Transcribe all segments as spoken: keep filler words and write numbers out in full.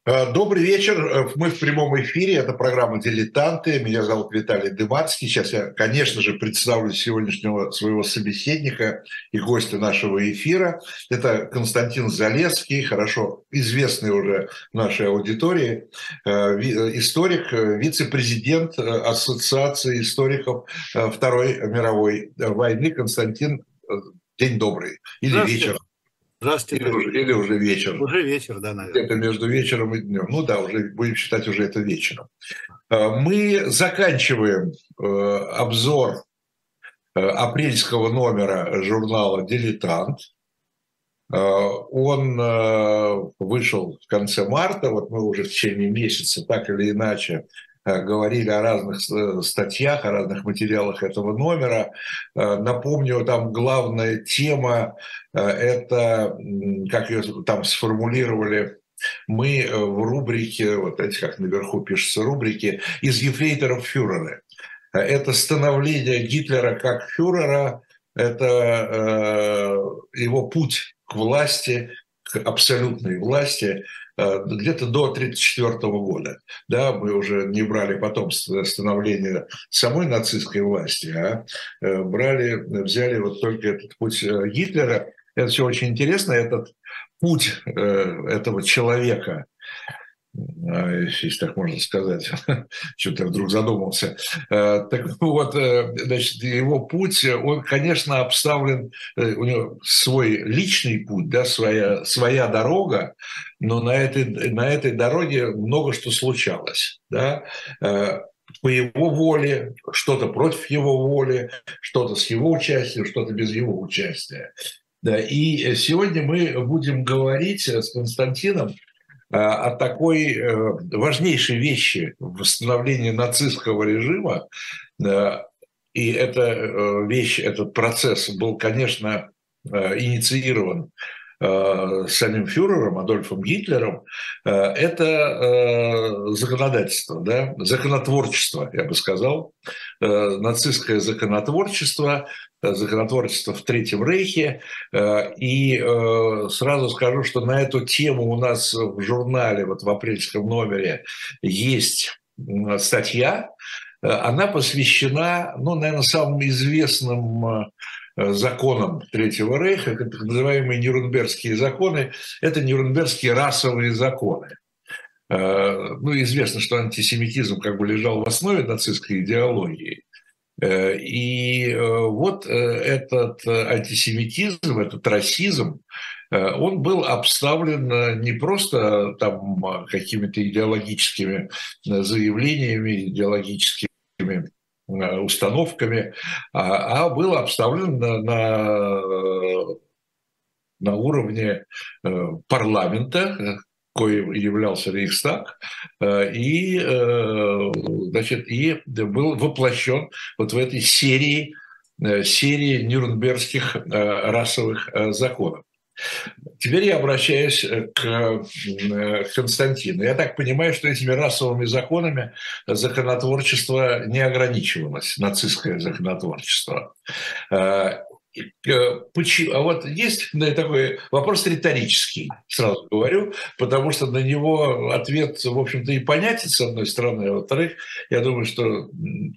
Э, Добрый вечер. Э, Мы в прямом эфире. Это программа «Дилетанты». Меня зовут Виталий Дымарский. Сейчас я, конечно же, представлю сегодняшнего своего собеседника и гостя нашего эфира. Это Константин Залесский, хорошо известный уже нашей аудитории, э, ви- э, историк, э, вице-президент э, Ассоциации историков э, Второй мировой э, войны. Константин, э, день добрый. Или Здравствуйте. вечер, или Здравствуйте. уже, или уже вечер. Уже вечер, да, наверное. Где-то между вечером и днем. Ну да, уже будем считать уже это вечером. Э, Мы заканчиваем э, обзор э, апрельского номера журнала «Дилетант». Э, Он э, вышел в конце марта. Вот мы уже в течение месяца так или иначе э, говорили о разных э, статьях, о разных материалах этого номера. Э, Напомню, там главная тема э, – это, м, как ее там сформулировали, мы э, в рубрике, вот эти, как наверху пишется рубрики, из ефрейторов фюрера. Э, Это становление Гитлера как фюрера, это э, его путь к власти, к абсолютной власти, э, где-то до тысяча девятьсот тридцать четвёртого года. Да, мы уже не брали потом становление самой нацистской власти, а э, брали, взяли вот только этот путь э, Гитлера. Это все очень интересно. Этот путь э, этого человека, э, если так можно сказать, что-то я вдруг задумался. Э, Так вот, э, значит, его путь, он, конечно, обставлен, э, у него свой личный путь, да, своя, своя дорога, но на этой, на этой дороге много что случалось, да, Э, по его воле, что-то против его воли, что-то с его участием, что-то без его участия. Да, и сегодня мы будем говорить с Константином э, о такой э, важнейшей вещи в восстановлении нацистского режима. Э, И эта э, вещь, этот процесс был, конечно, э, инициирован э, самим фюрером Адольфом Гитлером. Э, Это э, законодательство, да, законотворчество, я бы сказал, э, нацистское законотворчество, э, законотворчество в Третьем Рейхе. Э, И э, сразу скажу, что на эту тему у нас в журнале, вот в апрельском номере, есть м, статья. Э, Она посвящена, ну, наверное, самым известным э, законам Третьего Рейха, это так называемые Нюрнбергские законы. Это Нюрнбергские расовые законы. Э, Ну, известно, что антисемитизм как бы лежал в основе нацистской идеологии. Э, И э, вот э, этот э, антисемитизм, этот расизм, э, он был обставлен э, не просто там э, какими-то идеологическими э, заявлениями, идеологическими э, установками, а, а был обставлен на, на, на уровне э, парламента, э, коим являлся Рейхстаг, э, и, э, значит, и был воплощен вот в этой серии, э, серии нюрнбергских э, расовых э, законов. Теперь я обращаюсь э, к э, Константину. Я так понимаю, что этими расовыми законами законотворчество не ограничивалось, нацистское законотворчество. Э, э, почему- А вот есть ну, такой вопрос риторический, сразу говорю, потому что на него ответ, в общем-то, и понятен, с одной стороны, а во-вторых, я думаю, что, м,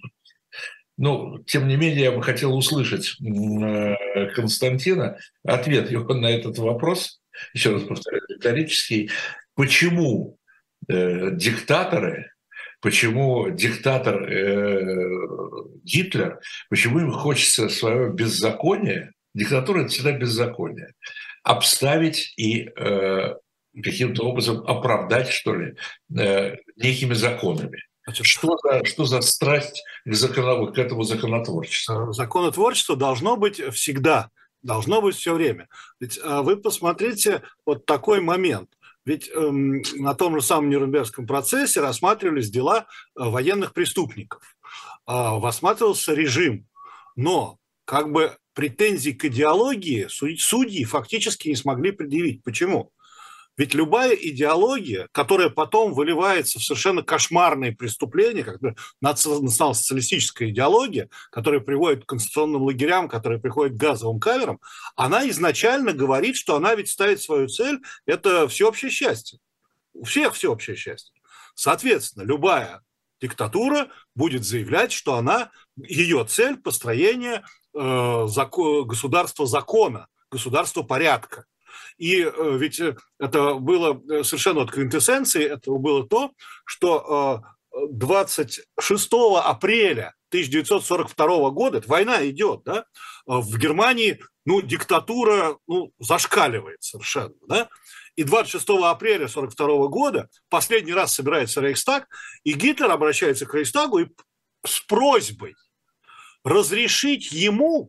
ну, тем не менее, я бы хотел услышать м, э, Константина ответ его на этот вопрос, еще раз повторяю, риторический. Почему э, диктаторы, почему диктатор э, Гитлер, почему им хочется свое беззаконие, диктатура – это всегда беззаконие, обставить и э, каким-то образом оправдать, что ли, э, некими законами. Значит, Что за, что за страсть к, законов... к этому законотворчеству? э, законотворчество должно быть всегда, должно быть все время. Ведь э, вы посмотрите вот такой момент. Ведь эм, на том же самом Нюрнбергском процессе рассматривались дела э, военных преступников, э, рассматривался режим, но как бы претензий к идеологии суд- судьи фактически не смогли предъявить. Почему? Ведь любая идеология, которая потом выливается в совершенно кошмарные преступления, как национал-социалистическая идеология, которая приводит к концентрационным лагерям, которая приходит к газовым камерам, она изначально говорит, что она ведь ставит свою цель – это всеобщее счастье. У всех всеобщее счастье. Соответственно, любая диктатура будет заявлять, что она, ее цель – построение э, закон, государства закона, государства порядка. И э, ведь это было совершенно от квинтэссенции, это было то, что э, двадцать шестого апреля тысяча девятьсот сорок второго года, это война идет, да, в Германии, ну, диктатура, ну, зашкаливает совершенно, да, и двадцать шестого апреля сорок второго года последний раз собирается Рейхстаг, и Гитлер обращается к Рейхстагу и с просьбой разрешить ему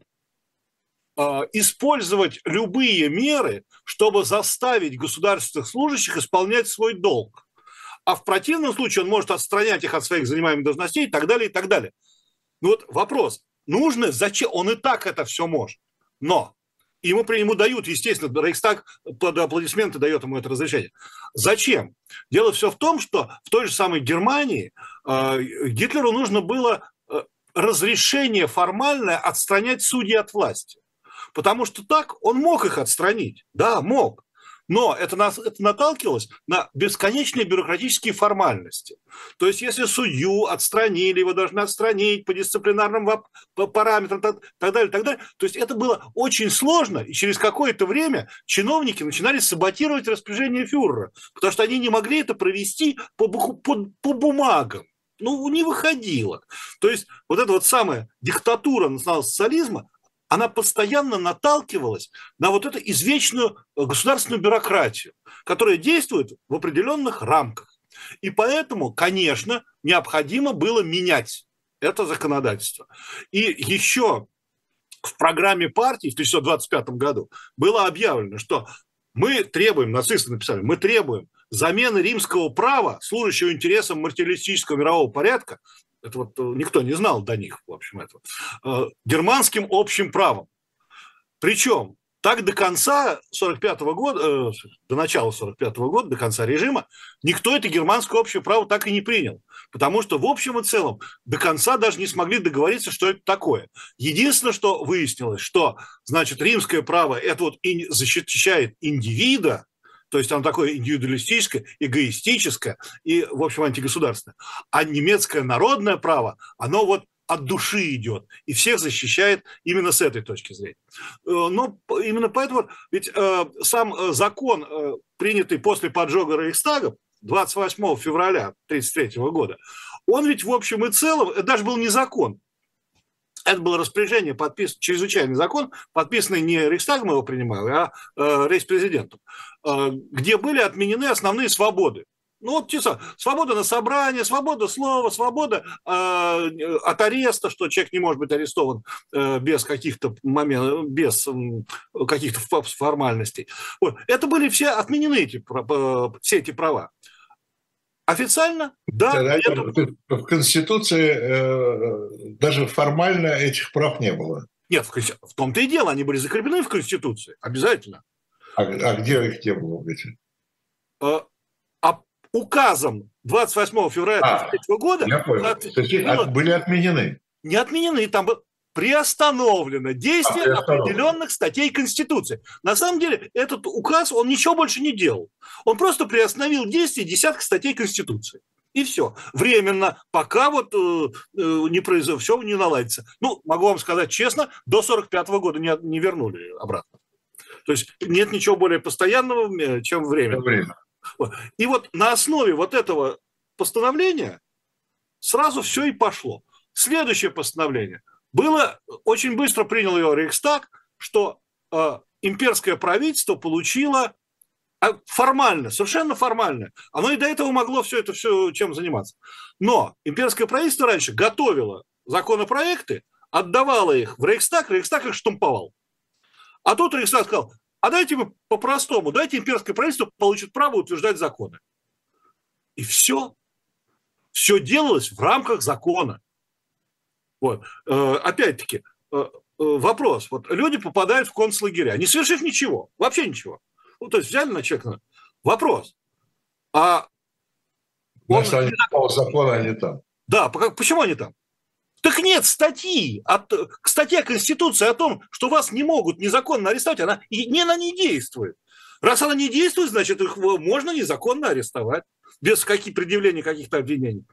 э, использовать любые меры, чтобы заставить государственных служащих исполнять свой долг. А в противном случае он может отстранять их от своих занимаемых должностей и так далее, и так далее. Ну вот вопрос, нужно, зачем? Он и так это все может. Но ему, ему дают, естественно, Рейхстаг под аплодисменты дает ему это разрешение. Зачем? Дело все в том, что в той же самой Германии э, Гитлеру нужно было э, разрешение формальное отстранять судей от власти. Потому что так он мог их отстранить. Да, мог. Но это, нас, это наталкивалось на бесконечные бюрократические формальности. То есть, если судью отстранили, его должны отстранить по дисциплинарным параметрам, так, так далее, так далее. То есть, это было очень сложно, и через какое-то время чиновники начинали саботировать распоряжение фюрера, потому что они не могли это провести по, по, по бумагам. Ну, не выходило. То есть, вот эта вот самая диктатура национал-социализма, она постоянно наталкивалась на вот эту извечную государственную бюрократию, которая действует в определенных рамках. И поэтому, конечно, необходимо было менять это законодательство. И еще в программе партии в тысяча девятьсот двадцать пятом году было объявлено, что мы требуем, нацисты написали, мы требуем замены римского права, служащего интересам материалистического мирового порядка, это вот никто не знал до них, в общем, этого, германским общим правом. Причем так до конца сорок пятого года, до начала сорок пятого года, до конца режима, никто это германское общее право так и не принял. Потому что в общем и целом до конца даже не смогли договориться, что это такое. Единственное, что выяснилось, что, значит, римское право это вот защищает индивида, то есть оно такое индивидуалистическое, эгоистическое и, в общем, антигосударственное. А немецкое народное право, оно вот от души идет и всех защищает именно с этой точки зрения. Но именно поэтому, ведь э, сам закон, э, принятый после поджога Рейхстага двадцать восьмого февраля тысяча девятьсот тридцать третьего года, он ведь в общем и целом, это даже был не закон, это было распоряжение, подписан, чрезвычайный закон, подписанный не Рейхстагом его принимал, а э, рейхспрезидентом, э, где были отменены основные свободы. Ну вот типа, свобода на собрание, свобода слова, свобода э, от ареста, что человек не может быть арестован э, без каких-то моментов, без э, каких-то формальностей. Вот. Это были все отменены, эти, э, все эти права. Официально, да. Тогда это... В Конституции э, даже формально этих прав не было. Нет, в, в том-то и дело, они были закреплены в Конституции, обязательно. А, а где их не было? А, а указом двадцать восьмого февраля тысяча девятьсот тридцать третьего года я понял. От, То есть было, были отменены. Не отменены, там было приостановлено действие а, определенных статей Конституции. На самом деле этот указ, он ничего больше не делал. Он просто приостановил действие десятка статей Конституции. И все. Временно, пока вот э, не произошло, все не наладится. Ну, могу вам сказать честно, до сорок пятого года не, не вернули обратно. То есть нет ничего более постоянного, чем время. время. И вот на основе вот этого постановления сразу все и пошло. Следующее постановление было, очень быстро принял его Рейхстаг, что э, имперское правительство получило формально, совершенно формально. Оно и до этого могло все это все чем заниматься. Но имперское правительство раньше готовило законопроекты, отдавало их в Рейхстаг, Рейхстаг их штамповал. А тут Рейхстаг сказал, а дайте мы по-простому, дайте имперское правительство получит право утверждать законы. И все. Все делалось в рамках закона. Вот. Опять-таки, вопрос. Вот люди попадают в концлагеря, не совершив ничего, вообще ничего. Ну, то есть взяли на человека. Вопрос. А он... они по закону они там. Да, почему они там? Так нет статьи, от, статья Конституции о том, что вас не могут незаконно арестовать, она, не, она не действует. Раз она не действует, значит, их можно незаконно арестовать, без каких, предъявления каких-то обвинений.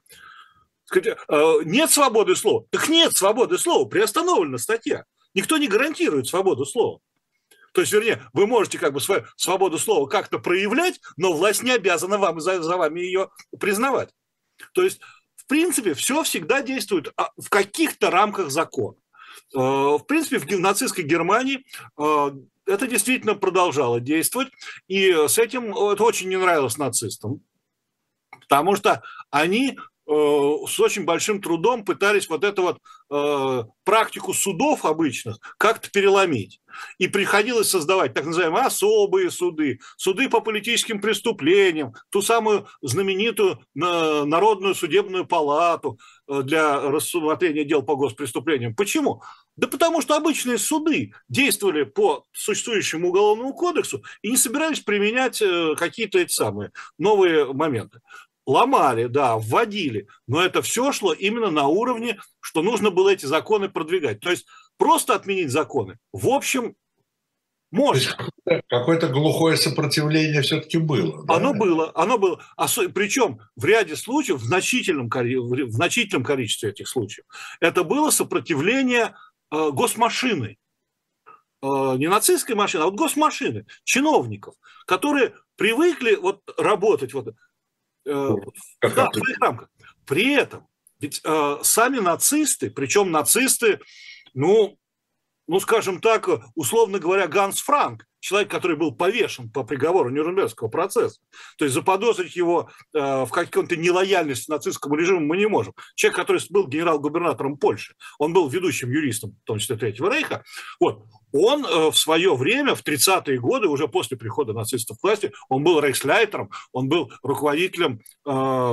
Нет свободы слова. Так нет свободы слова, приостановлена статья. Никто не гарантирует свободу слова. То есть, вернее, вы можете как бы свою свободу слова как-то проявлять, но власть не обязана вам, за, за вами ее признавать. То есть, в принципе, все всегда действует в каких-то рамках закона. В принципе, в нацистской Германии это действительно продолжало действовать, и с этим это очень не нравилось нацистам, потому что они с очень большим трудом пытались вот эту вот э, практику судов обычных как-то переломить. И приходилось создавать так называемые особые суды, суды по политическим преступлениям, ту самую знаменитую э, Народную судебную палату э, для рассмотрения дел по госпреступлениям. Почему? Да потому что обычные суды действовали по существующему уголовному кодексу и не собирались применять э, какие-то эти самые новые моменты. Ломали, да, вводили, но это все шло именно на уровне, что нужно было эти законы продвигать. То есть просто отменить законы, в общем, можно. Какое-то, какое-то глухое сопротивление все-таки было. Да? Оно было, оно было. Причем в ряде случаев, в значительном, в значительном количестве этих случаев, это было сопротивление э, госмашины. Э, не нацистской машины, а вот госмашины, чиновников, которые привыкли вот работать вот, в своих рамках. При этом, ведь э, сами нацисты, причем нацисты, ну, ну, скажем так, условно говоря, Ганс Франк, человек, который был повешен по приговору Нюрнбергского процесса, то есть заподозрить его э, в какой-то нелояльности нацистскому режиму мы не можем. Человек, который был генерал-губернатором Польши, он был ведущим юристом, в том числе Третьего рейха, вот, он э, в свое время, в тридцатые годы, уже после прихода нацистов к власти, он был рейхсляйтером, он был руководителем э,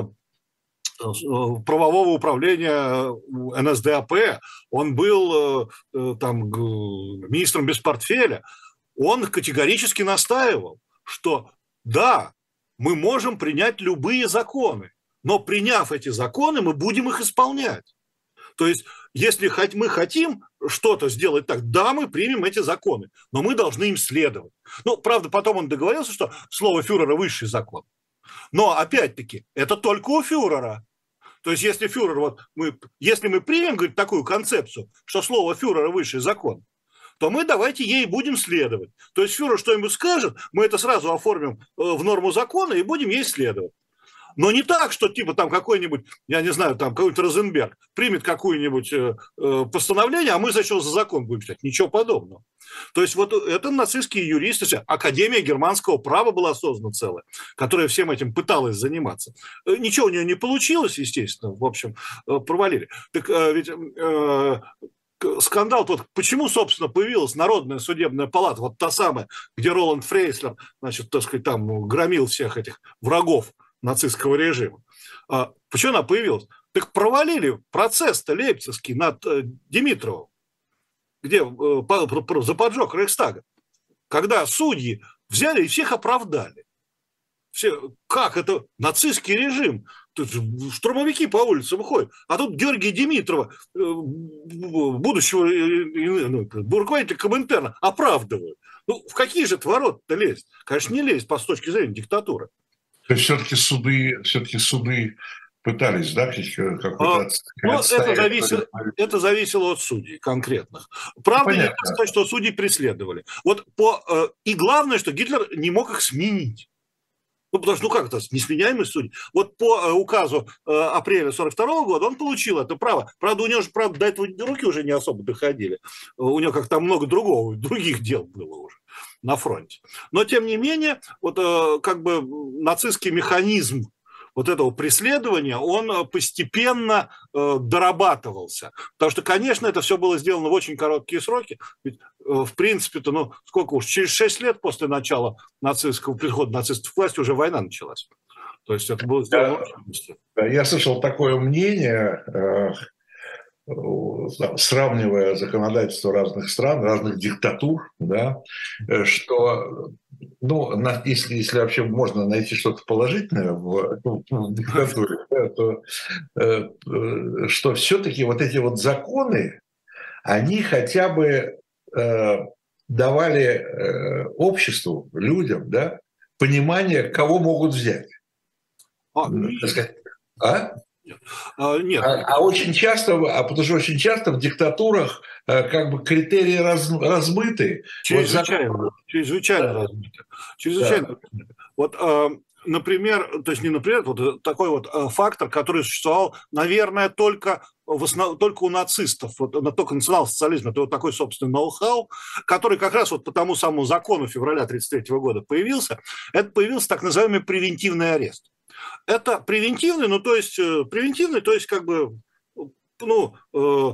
правового управления эн эс дэ а пэ, он был э, там министром без портфеля. Он категорически настаивал, что да, мы можем принять любые законы, но приняв эти законы, мы будем их исполнять. То есть, если мы хотим что-то сделать так, да, мы примем эти законы, но мы должны им следовать. Ну, правда, потом он договорился, что слово фюрера – высший закон. Но, опять-таки, это только у фюрера. То есть, если фюрер, вот мы, если мы примем, говорит, такую концепцию, что слово фюрера – высший закон, то мы давайте ей будем следовать. То есть фюрер что-нибудь скажет, мы это сразу оформим в норму закона и будем ей следовать. Но не так, что типа там какой-нибудь, я не знаю, там какой-нибудь Розенберг примет какое-нибудь э, постановление, а мы зачем за закон будем читать? Ничего подобного. То есть вот это нацистские юристы, Академия германского права была создана целая, которая всем этим пыталась заниматься. Ничего у нее не получилось, естественно, в общем, провалили. Так ведь... Э, скандал тот, почему, собственно, появилась Народная судебная палата, вот та самая, где Роланд Фрейслер, значит, так сказать, там громил всех этих врагов нацистского режима. А почему она появилась? Так провалили процесс-то лейпцигский над э, Димитровым, где э, по, по, за поджог Рейхстага, когда судьи взяли и всех оправдали. Все, как это нацистский режим? Тут штурмовики по улице выходят, а тут Георгия Димитрова, будущего ну, руководителя Коминтерна, оправдывают. Ну, в какие же это ворота-то лезть? Конечно, не лезть по с точки зрения диктатуры. То есть все-таки суды, все-таки суды пытались, да, какой-то а, ну, это, зависело, это зависело от судей конкретных. Правда, ну, нельзя сказать, что судей преследовали. Вот по, и главное, что Гитлер не мог их сменить. Ну, потому что, ну как это, несменяемый судья. Вот по э, указу э, апреля сорок второго года он получил это право. Правда, у него же, правда, до этого руки уже не особо доходили. У него как-то много другого, других дел было уже на фронте. Но, тем не менее, вот э, как бы нацистский механизм вот этого преследования, он постепенно э, дорабатывался. Потому что, конечно, это все было сделано в очень короткие сроки. Ведь, э, в принципе-то, ну, сколько уж, через шесть лет после начала нацистского прихода нацистов к власти уже война началась. То есть это было сделано я, очень быстро. Я слышал такое мнение, э, сравнивая законодательство разных стран, разных диктатур, да, что, ну, на, если, если вообще можно найти что-то положительное в, ну, в диктатуре, да, то э, что все-таки вот эти вот законы, они хотя бы э, давали э, обществу, людям, да, понимание, кого могут взять. А, Так нет, сказать. А? нет. А, нет. А, а очень часто, а потому что очень часто в диктатурах э, как бы критерии раз, размыты. Вот Чрезвычайно, закон, чрезвычайно да, размыто. Чрезвычайно да. размыто. Вот, э, например, то есть не например, вот э, такой вот э, фактор, который существовал, наверное, только, в основ... только у нацистов, вот, на- только национал-социализм, это вот такой, собственно, ноу-хау, который как раз вот по тому самому закону февраля тысяча девятьсот тридцать третьего года появился, это появился так называемый превентивный арест. Это превентивный, ну, то есть, э, превентивный, то есть, как бы, ну, э,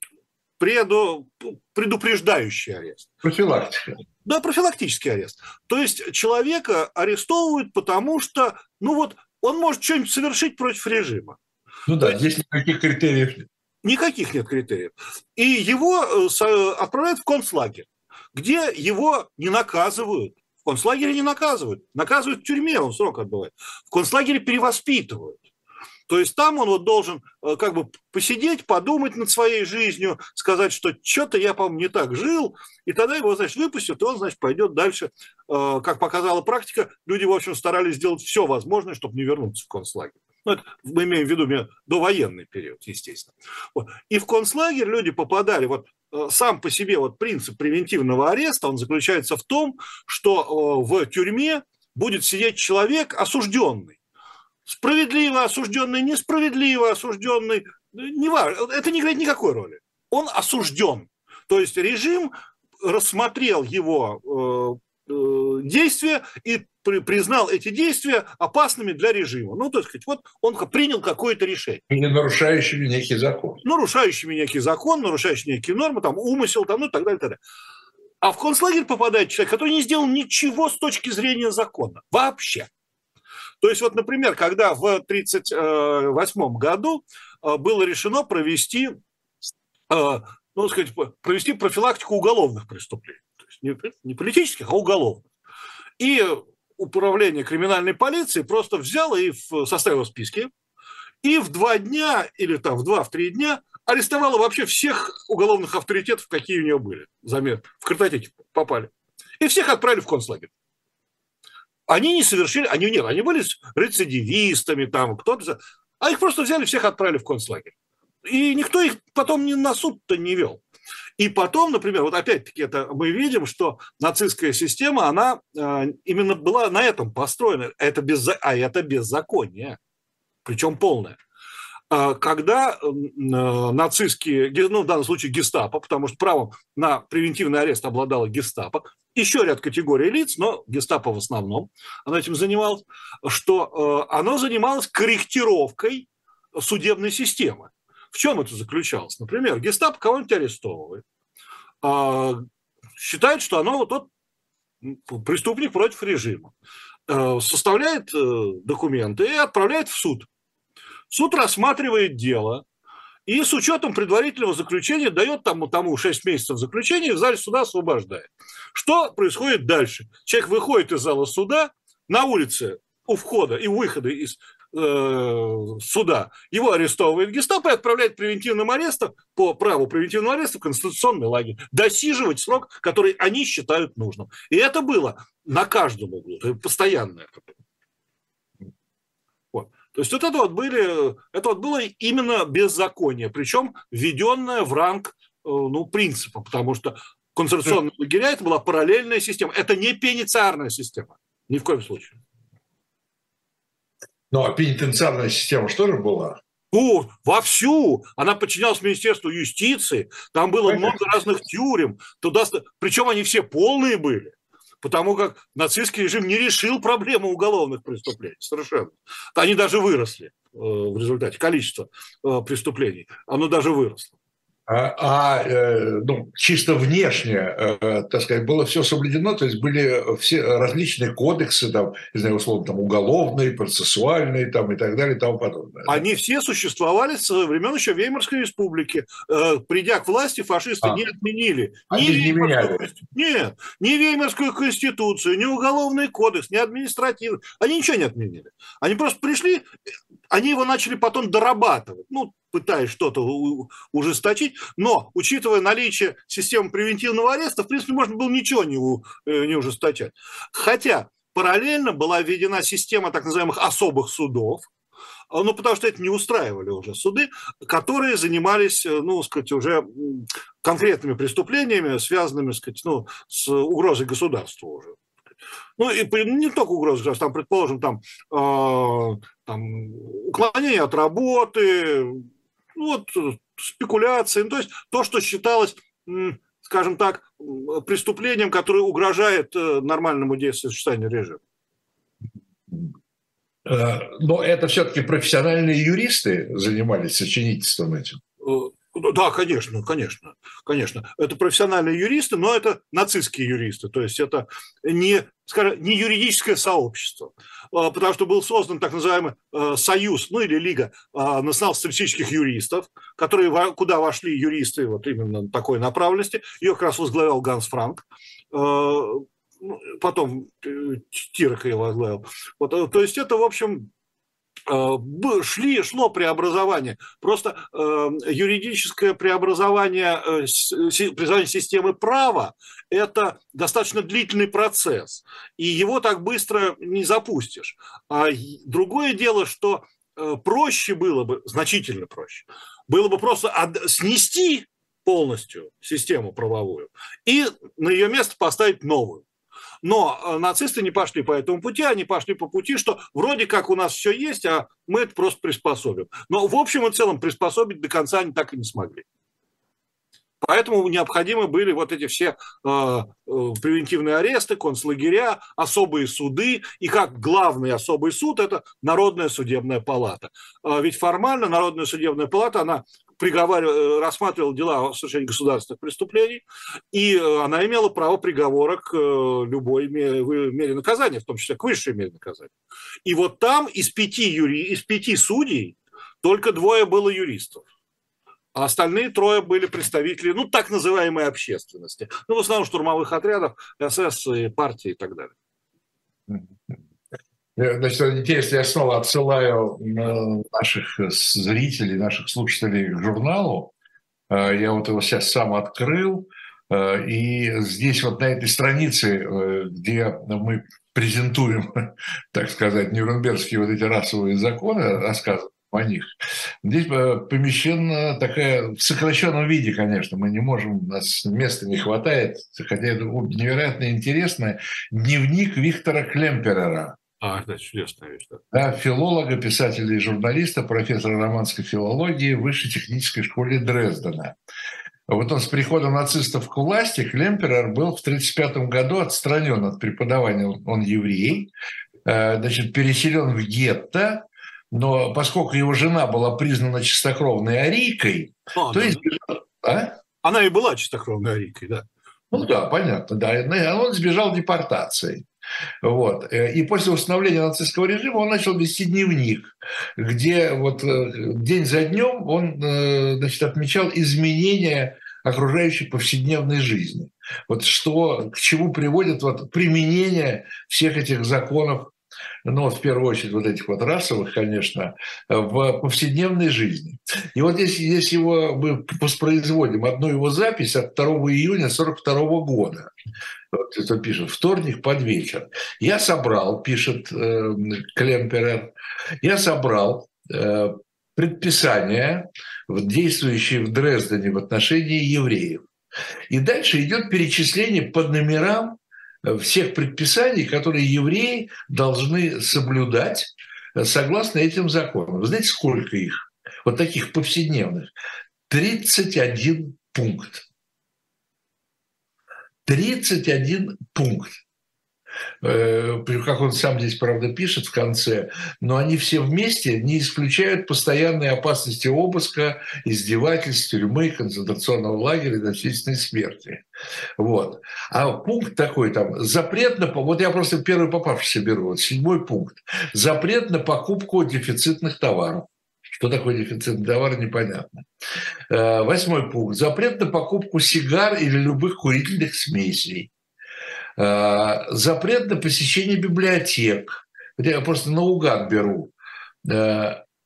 преду... предупреждающий арест. Профилактика. Да, профилактический арест. То есть человека арестовывают, потому что, ну вот, он может что-нибудь совершить против режима. Ну То да, есть здесь никаких критериев нет. никаких нет критериев. И его э, со- отправляют в концлагерь, где его не наказывают. В концлагере не наказывают. Наказывают в тюрьме, он срок отбывает. В концлагере перевоспитывают. То есть там он вот должен э, как бы посидеть, подумать над своей жизнью, сказать, что что-то я, по-моему, не так жил, и тогда его, значит, выпустят, и он, значит, пойдет дальше. Э, Как показала практика, люди, в общем, старались сделать все возможное, чтобы не вернуться в концлагерь. Ну, это мы имеем в виду довоенный период, естественно. Вот. И в концлагерь люди попадали, вот э, сам по себе вот принцип превентивного ареста, он заключается в том, что э, в тюрьме будет сидеть человек осужденный. Справедливо осужденный, несправедливо осужденный, не важно, это не играет никакой роли. Он осужден. То есть режим рассмотрел его э, э, действия и при, признал эти действия опасными для режима. Ну, то есть, вот он принял какое-то решение. И не нарушающими некий закон. Нарушающими некий закон, нарушающими некие нормы, там, умысел, там, ну, и так далее, и так далее. А в концлагерь попадает человек, который не сделал ничего с точки зрения закона. Вообще. То есть, вот, например, когда в тысяча девятьсот тридцать восьмом году было решено провести, ну, сказать, провести профилактику уголовных преступлений, то есть не, не политических, а уголовных. И управление криминальной полиции просто взяло и составило списки, и в два дня, или там в два-три дня арестовало вообще всех уголовных авторитетов, какие у нее были. Замер, в картотеке попали. И всех отправили в концлагерь. Они не совершили, они нет, они были рецидивистами, там кто-то, а их просто взяли, всех отправили в концлагерь. И никто их потом ни на суд-то не вел. И потом, например, вот опять-таки это мы видим, что нацистская система, она э, именно была на этом построена. Это без, а это беззаконие, причем полное. Когда нацистские, ну, в данном случае гестапо, потому что правом на превентивный арест обладала гестапо, еще ряд категорий лиц, но гестапо в основном, оно этим занималось, что оно занималось корректировкой судебной системы. В чем это заключалось? Например, гестапо кого-нибудь арестовывает, считает, что оно вот тот преступник против режима, составляет документы и отправляет в суд. Суд рассматривает дело и с учетом предварительного заключения дает тому, тому шесть месяцев заключения и в зале суда освобождает. Что происходит дальше? Человек выходит из зала суда, на улице у входа и выхода из э, суда его арестовывает гестапо и отправляет превентивным арестом по праву превентивного ареста в конституционный лагерь. Досиживать срок, который они считают нужным. И это было на каждом углу, постоянно это было. То есть вот это вот, были, это вот было именно беззаконие, причем введенное в ранг ну, принципа, потому что концентрационные лагеря это была параллельная система, это не пенитенциарная система, ни в коем случае. Ну, а пенитенциарная система что же была? О, вовсю! Она подчинялась Министерству юстиции, там было Понятно. много разных тюрем, туда, причем они все полные были. Потому как нацистский режим не решил проблему уголовных преступлений совершенно. Они даже выросли в результате, количество преступлений, оно даже выросло. А, а э, ну, чисто внешне, э, так сказать, было все соблюдено, то есть были все различные кодексы, там, не знаю, условно, там, уголовные, процессуальные, там, и так далее, и тому подобное. Они да? все существовали с времен еще Веймарской республики. Э, придя к власти, фашисты а. не отменили. Они ни не меняли. Нет, ни Веймарскую конституцию, ни уголовный кодекс, ни административный. Они ничего не отменили. Они просто пришли, они его начали потом дорабатывать, ну, пытаясь что-то ужесточить, но, учитывая наличие системы превентивного ареста, в принципе, можно было ничего не, у, не ужесточать. Хотя параллельно была введена система так называемых особых судов, ну, потому что это не устраивали уже суды, которые занимались, ну, сказать, уже конкретными преступлениями, связанными, сказать, ну, с угрозой государству уже. Ну, и не только угрозы государства, там, предположим, там, э, там уклонение от работы, ну, вот, спекуляции, ну, то есть то, что считалось, скажем так, преступлением, которое угрожает нормальному действию существования режима. Но это все-таки профессиональные юристы занимались сочинительством этим? Да, конечно, конечно, конечно. Это профессиональные юристы, но это нацистские юристы, то есть это не, скажем, не юридическое сообщество, потому что был создан так называемый союз, ну или лига национал-социалистических юристов, которые, куда вошли юристы вот именно такой направленности. Ее как раз возглавлял Ганс Франк. Потом Тирок ее возглавил. Вот, то есть это, в общем, шли, шло преобразование. Просто э, юридическое преобразование, э, преобразование системы права – это достаточно длительный процесс, и его так быстро не запустишь. А другое дело, что э, проще было бы, значительно проще, было бы просто от, снести полностью систему правовую и на ее место поставить новую. Но нацисты не пошли по этому пути, они пошли по пути, что вроде как у нас все есть, а мы это просто приспособим. Но в общем и целом приспособить до конца они так и не смогли. Поэтому необходимы были вот эти все э, э, превентивные аресты, концлагеря, особые суды. И как главный особый суд – это Народная судебная палата. Э, ведь формально Народная судебная палата, она рассматривала дела о совершении государственных преступлений, и она имела право приговора к любой мере наказания, в том числе к высшей мере наказания. И вот там из пяти, юри... из пяти судей только двое было юристов, а остальные трое были представители, ну, так называемой общественности. Ну, в основном штурмовых отрядов, СС и партии и так далее. Значит, интересно, я снова отсылаю наших зрителей, наших слушателей к журналу. Я вот его сейчас сам открыл. И здесь вот на этой странице, где мы презентуем, так сказать, нюрнбергские вот эти расовые законы, рассказываем о них, здесь помещена такая, в сокращенном виде, конечно, мы не можем, у нас места не хватает, хотя это невероятно интересно, дневник Виктора Клемперера. А, это чудесная вещь. Да. Да, филолога, писателя и журналиста, профессора романской филологии в Высшей технической школе Дрездена. Вот он с приходом нацистов к власти, Клемперер был в тысяча девятьсот тридцать пятом году отстранен от преподавания, он еврей, значит, переселен в гетто, но поскольку его жена была признана чистокровной арийкой, а, то да, есть... А? Она и была чистокровной арийкой, да. Ну да, понятно, да. Он избежал депортации. Вот. И после установления нацистского режима он начал вести дневник, где вот день за днем он, значит, отмечал изменения окружающей повседневной жизни. Вот что, к чему приводит вот применение всех этих законов, ну, вот в первую очередь вот этих вот расовых, конечно, в повседневной жизни. И вот здесь, здесь его мы воспроизводим одну его запись от второго июня сорок второго года. Вот это пишет, вторник под вечер. Я собрал, пишет э, Клемперер, я собрал э, предписания, действующие в Дрездене в отношении евреев. И дальше идет перечисление по номерам всех предписаний, которые евреи должны соблюдать согласно этим законам. Вы знаете, сколько их? Вот таких повседневных. тридцать один пункт. тридцать один пункт. Как он сам здесь, правда, пишет в конце, но они все вместе не исключают постоянной опасности обыска, издевательств, тюрьмы, концентрационного лагеря, насильственной смерти. Вот. А пункт такой там, запрет на... Вот я просто первый попавшийся беру, вот седьмой пункт. Запрет на покупку дефицитных товаров. Что такое дефицитный товар, непонятно. Восьмой пункт. Запрет на покупку сигар или любых курительных смесей. Запрет на посещение библиотек. Я просто наугад беру.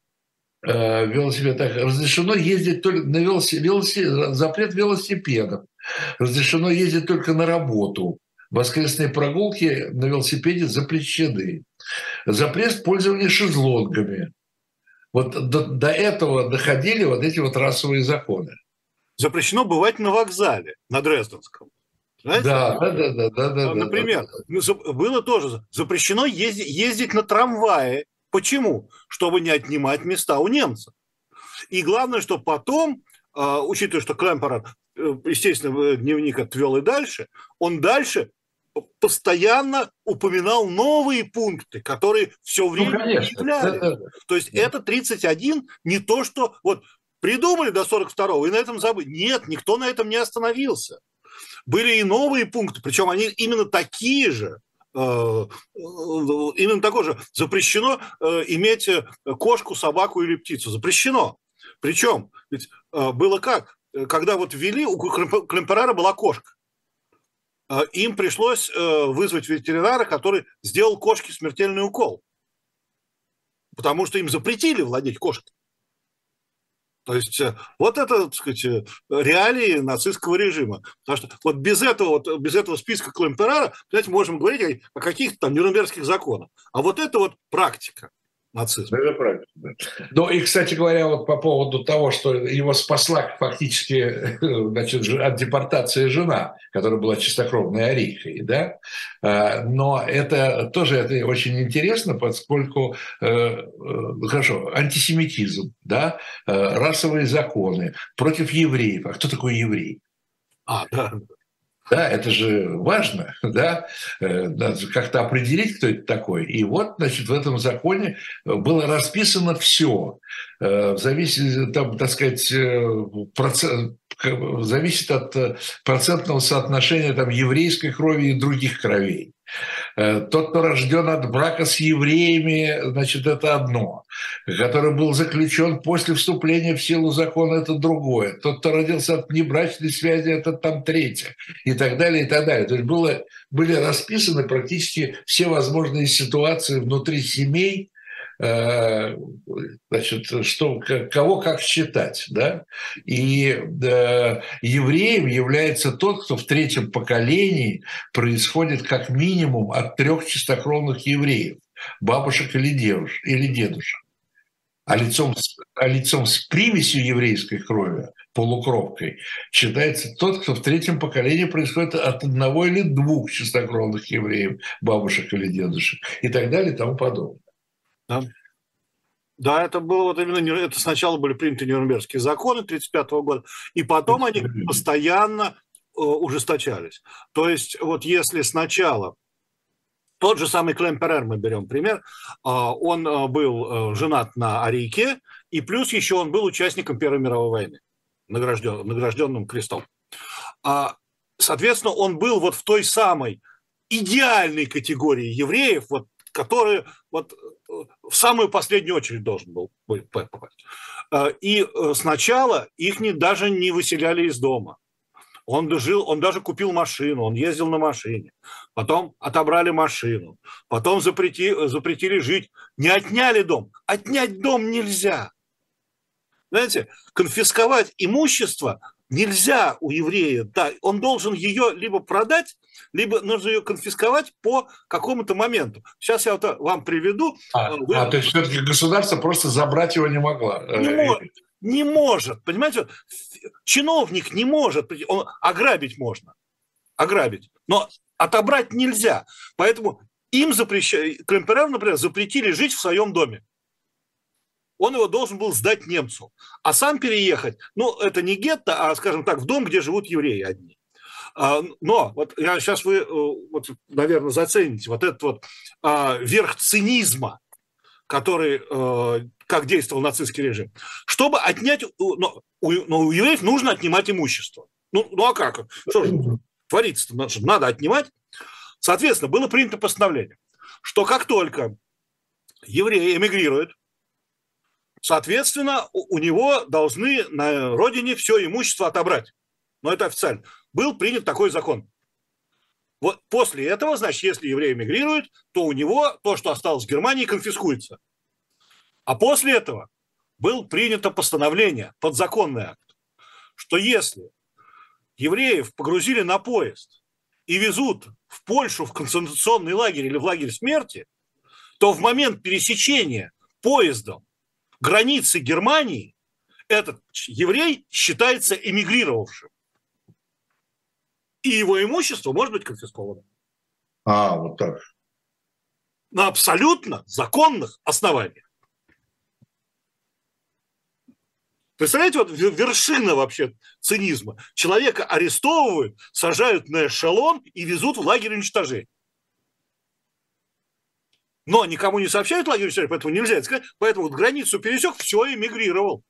э, велосипед, так, разрешено ездить только на велосипед, велосипед, запрет велосипедов, разрешено ездить только на работу, воскресные прогулки на велосипеде запрещены, запрет пользования шезлонгами. Вот до, до этого доходили вот эти вот расовые законы. Запрещено бывать на вокзале, на Дрезденском. Знаете? Да, да, да, да, да, да. Например, да, да. ну, было тоже запрещено ездить, ездить на трамвае. Почему? Чтобы не отнимать места у немцев. И главное, что потом, учитывая, что Клемперер, естественно, дневник отвел и дальше, он дальше постоянно упоминал новые пункты, которые все время ну, появлялись. Да, да, да. То есть да. Это тридцать один не то, что вот придумали до сорок второго и на этом забыли. Нет, никто на этом не остановился. Были и новые пункты, причем они именно такие же, именно такое же. Запрещено иметь кошку, собаку или птицу. Запрещено. Причем, ведь было как? Когда вот ввели, у Клемперера была кошка. Им пришлось вызвать ветеринара, который сделал кошке смертельный укол. Потому что им запретили владеть кошкой. То есть вот это, так сказать, реалии нацистского режима. Потому что вот без этого, вот, без этого списка Клемперера, знаете, можем говорить о каких-то там нюрнбергских законах. А вот это вот практика нацизма. Это правильно. Да. Ну и, кстати говоря, вот по поводу того, что его спасла фактически, значит, от депортации жена, которая была чистокровной арийкой, да, но это тоже это очень интересно, поскольку, хорошо, антисемитизм, да, расовые законы против евреев. А кто такой еврей? А, да. Да, это же важно, да, надо как-то определить, кто это такой. И вот, значит, в этом законе было расписано все. Зависит, там, так сказать, процент, зависит от процентного соотношения там, еврейской крови и других кровей. Тот, кто рожден от брака с евреями, значит, это одно. Который был заключен после вступления в силу закона, это другое. Тот, кто родился от внебрачной связи, это там третье. И так далее, и так далее. То есть было, были расписаны практически все возможные ситуации внутри семей, значит, что, кого как считать, да, и э, евреем является тот, кто в третьем поколении происходит как минимум от трех чистокровных евреев, бабушек или девушек, или дедушек. А лицом, а лицом с примесью еврейской крови, полукровкой, считается тот, кто в третьем поколении происходит от одного или двух чистокровных евреев, бабушек или дедушек, и так далее, и тому подобное. Да. Да, это было вот именно, это сначала были приняты Нюрнбергские законы тридцать пятого года, и потом они постоянно э, ужесточались. То есть вот если сначала тот же самый Клемперер, мы берем пример, э, он э, был э, женат на арийке, и плюс еще он был участником Первой мировой войны, награжден, награжденным крестом. А, соответственно, он был вот в той самой идеальной категории евреев, вот, которые вот в самую последнюю очередь должен был попасть. И сначала их не, даже не выселяли из дома. Он, жил, он даже купил машину, он ездил на машине. Потом отобрали машину. Потом запрети, запретили жить. Не отняли дом. Отнять дом нельзя. Знаете, конфисковать имущество нельзя у еврея. Да, он должен ее либо продать, либо нужно ее конфисковать по какому-то моменту. Сейчас я вот вам приведу. А, Вы... а то есть все-таки государство просто забрать его не могло? Не может. Не может. Понимаете, чиновник не может. Он, ограбить можно. Ограбить. Но отобрать нельзя. Поэтому им запрещали, Клемперер, например, запретили жить в своем доме. Он его должен был сдать немцу. А сам переехать, ну, это не гетто, а, скажем так, в дом, где живут евреи одни. Но вот я, сейчас вы, вот, наверное, зацените вот этот вот а, верх цинизма, который, а, как действовал нацистский режим. Чтобы отнять, но у, но у евреев нужно отнимать имущество. Ну, ну а как? Что же творится-то? Надо отнимать. Соответственно, было принято постановление, что как только евреи эмигрируют, соответственно, у него должны на родине все имущество отобрать. Но это официально. Был принят такой закон. Вот после этого, значит, если еврей эмигрирует, то у него то, что осталось в Германии, конфискуется. А после этого было принято постановление, подзаконный акт, что если евреев погрузили на поезд и везут в Польшу в концентрационный лагерь или в лагерь смерти, то в момент пересечения поездом границы Германии этот еврей считается эмигрировавшим. И его имущество может быть конфисковано. А, вот так. На абсолютно законных основаниях. Представляете, вот вершина вообще цинизма. Человека арестовывают, сажают на эшелон и везут в лагерь уничтожения. Но никому не сообщают лагерь уничтожения, поэтому нельзя это сказать. Поэтому вот границу пересек, все, эмигрировал.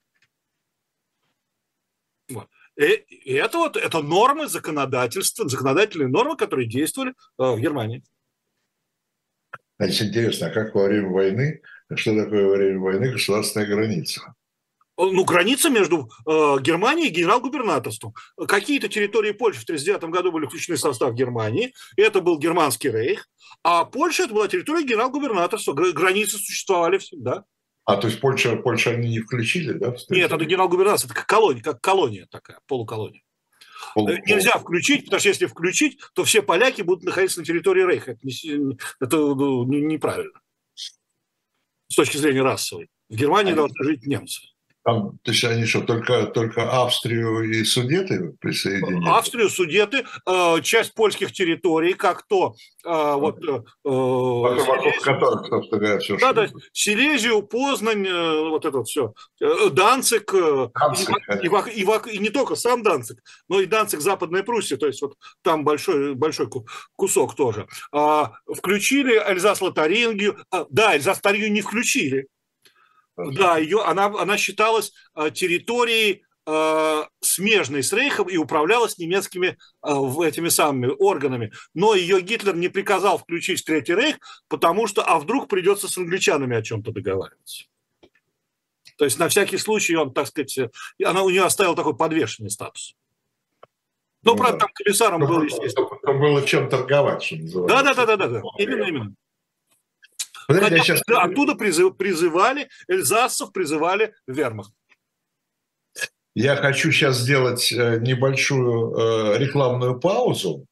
Вот. И, и это вот это нормы законодательства, законодательные нормы, которые действовали э, в Германии. Значит, интересно, а как во время войны, что такое во время войны государственная граница? Ну, граница между э, Германией и генерал-губернаторством. Какие-то территории Польши в тысяча девятьсот тридцать девятом году были включены в состав Германии, это был Германский рейх, а Польша это была территория генерал-губернаторства. Границы существовали всегда. А, то есть Польша, Польша они не включили, да? Нет, это генерал-губернаторство, это как колония, как колония такая, полуколония. Пол, Нельзя пол. включить, потому что если включить, то все поляки будут находиться на территории рейха. Это, не, это ну, неправильно. С точки зрения расовой. В Германии а должны жить немцы. Там, то есть они что, только, только Австрию и Судеты присоединили? Австрию, Судеты, э, часть польских территорий, как то э, вот, э, вокруг которых, собственно говоря, все. Да, да, Силезию, Познань, э, вот это вот все. Данциг, Данциг и, и, и, и не только сам Данциг, но и Данциг, Западная Пруссия, то есть вот там большой, большой кусок тоже. А, включили Эльзас-Лотарингию. А, да, Эльзас-Лотарингию не включили. Да, ее, она, она считалась э, территорией э, смежной с Рейхом и управлялась немецкими э, этими самыми органами. Но ее Гитлер не приказал включить в Третий Рейх, потому что, а вдруг придется с англичанами о чем-то договариваться. То есть на всякий случай он, так сказать, она у нее оставила такой подвешенный статус. Но, ну, правда, да. Там комиссаром был, естественно. Там было чем торговать, что называется. Да, да, да, да, да, именно, именно. Хотя, сейчас... Оттуда призыв, призывали, эльзасцев призывали в вермахт. Я хочу сейчас сделать небольшую рекламную паузу.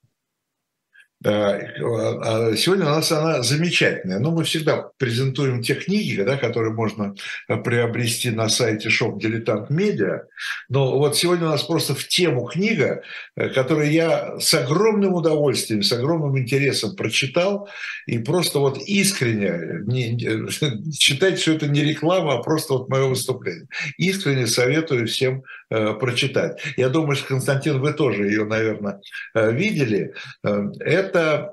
Сегодня у нас она замечательная. Но мы всегда презентуем те книги, да, которые можно приобрести на сайте шоп Дилетант Медиа. Но вот сегодня у нас просто в тему книга, которую я с огромным удовольствием, с огромным интересом прочитал. И просто вот искренне, не, читать все это не реклама, а просто вот мое выступление. Искренне советую всем э, прочитать. Я думаю, что, Константин, вы тоже ее, наверное, видели. Это Это,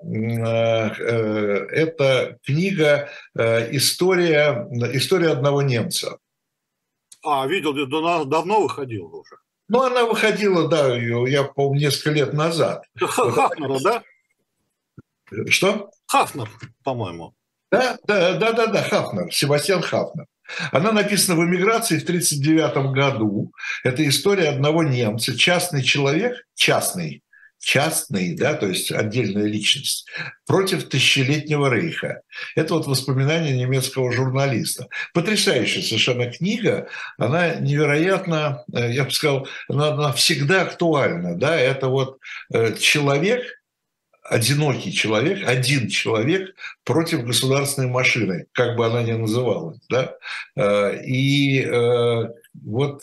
это книга «История, «История одного немца». А, видел, давно выходила уже. Ну, она выходила, да, я, по-моему, несколько лет назад. Хафнера, да? Что? Хафнер, по-моему. Да, да, да, да, да, Хафнер, Себастьян Хафнер. Она написана в эмиграции в тысяча девятьсот тридцать девятом году. Это история одного немца, частный человек, частный, частный, да, то есть отдельная личность, против тысячелетнего рейха. Это вот воспоминания немецкого журналиста. Потрясающая совершенно книга, она невероятно, я бы сказал, она, она всегда актуальна, да, это вот человек, одинокий человек, один человек против государственной машины, как бы она ни называлась, да, и вот...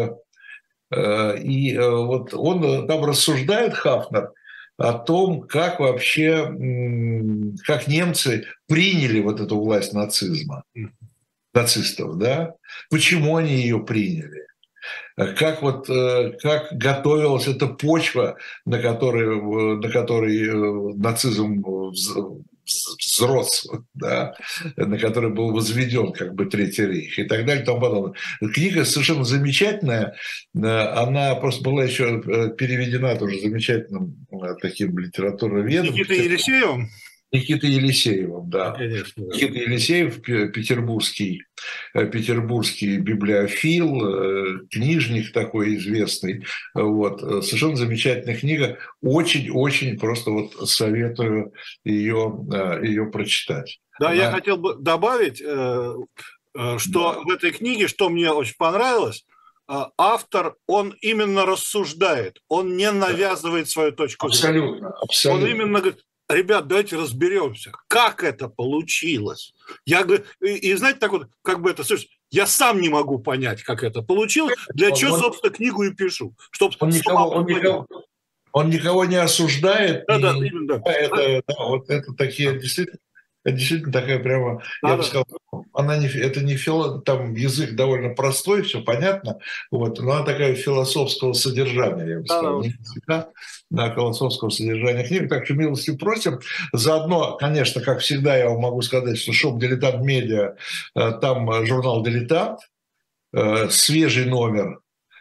И вот он там рассуждает, Хафнер, о том, как вообще, как немцы приняли вот эту власть нацизма, нацистов, да, почему они ее приняли, как вот, как готовилась эта почва, на которой, на которой нацизм взрос, да, на который был возведен как бы Третий рейх и так далее и тому подобное. Книга совершенно замечательная, она просто была еще переведена тоже замечательным таким литературоведом. Никитой Елисеевым? Никитой Елисеевым, да. Конечно, да. Никита Елисеев, петербургский, петербургский библиофил, книжник такой известный. Вот. Совершенно замечательная книга. Очень-очень просто вот советую ее, ее прочитать. Да, Она... я хотел бы добавить, что да. в этой книге, что мне очень понравилось, автор, он именно рассуждает, он не навязывает свою точку абсолютно, зрения. Абсолютно. Он именно говорит: ребят, давайте разберемся, как это получилось. Я говорю, и, и знаете, так вот, как бы это, слушай, я сам не могу понять, как это получилось, для он, чего, он, собственно, книгу и пишу. Чтобы он, никого, он, никого, он никого не осуждает. Да, не, да, именно, да. Это, да, вот это такие, действительно, это действительно такая прямо, да, я бы да. сказал, она не, это не фило, там язык довольно простой, все понятно, вот, но она такая философского содержания, я бы да, сказал, да. не языка, да, философского содержания книги. Так что милости просим. Заодно, конечно, как всегда, я вам могу сказать, что шоп «Дилетант Медиа», там журнал «Дилетант», свежий номер,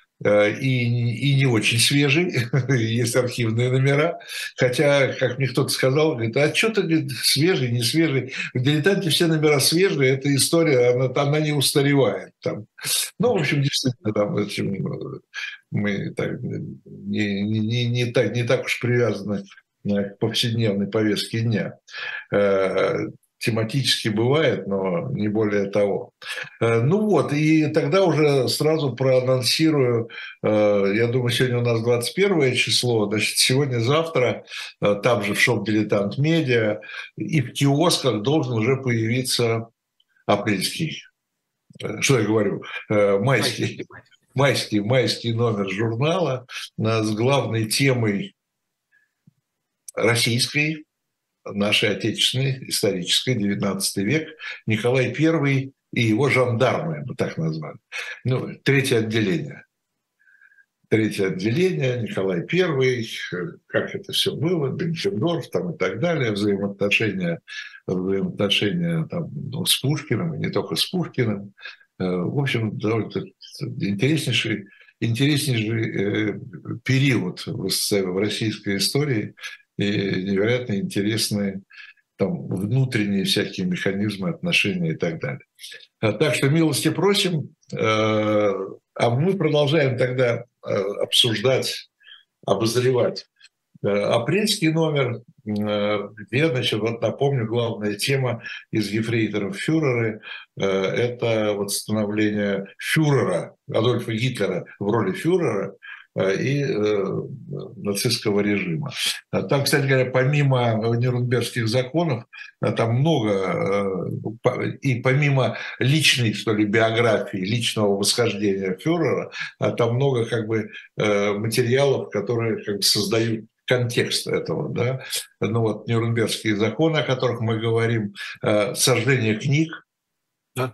И, и не очень свежий, есть архивные номера, хотя, как мне кто-то сказал, говорит, а что ты, говорит, свежий, не свежий, в «Дилетанте» все номера свежие, эта история, она, она не устаревает. Там. Ну, в общем, действительно, там, в общем, мы так, не, не, не, так, не так уж привязаны к повседневной повестке дня. Тематически бывает, но не более того. Ну вот, и тогда уже сразу проанонсирую, я думаю, сегодня у нас двадцать первое число, значит, сегодня-завтра там же в шоп «Дилетант Медиа» и в киосках должен уже появиться апрельский, что я говорю, майский, майский, майский номер журнала с главной темой российской, нашей отечественной, исторической, девятнадцатый век, Николай Первый и его жандармы, мы так назвали. Ну, третье отделение. Третье отделение, Николай Первый, как это все было, Бенкендорф там и так далее, взаимоотношения, взаимоотношения там, ну, с Пушкиным, и не только с Пушкиным. В общем, довольно интереснейший, интереснейший период в российской истории, и невероятно интересные там внутренние всякие механизмы, отношения и так далее. Так что милости просим. А мы продолжаем тогда обсуждать, обозревать апрельский номер, где, значит, вот напомню, главная тема из «Ефрейторов фюреры» – это вот становление фюрера, Адольфа Гитлера в роли фюрера и э, нацистского режима. Там, кстати говоря, помимо Нюрнбергских законов, там много, э, и помимо личной, что ли, биографии, личного восхождения фюрера, там много как бы э, материалов, которые как бы создают контекст этого, да. Ну вот Нюрнбергские законы, о которых мы говорим, э, сожжение книг. Да.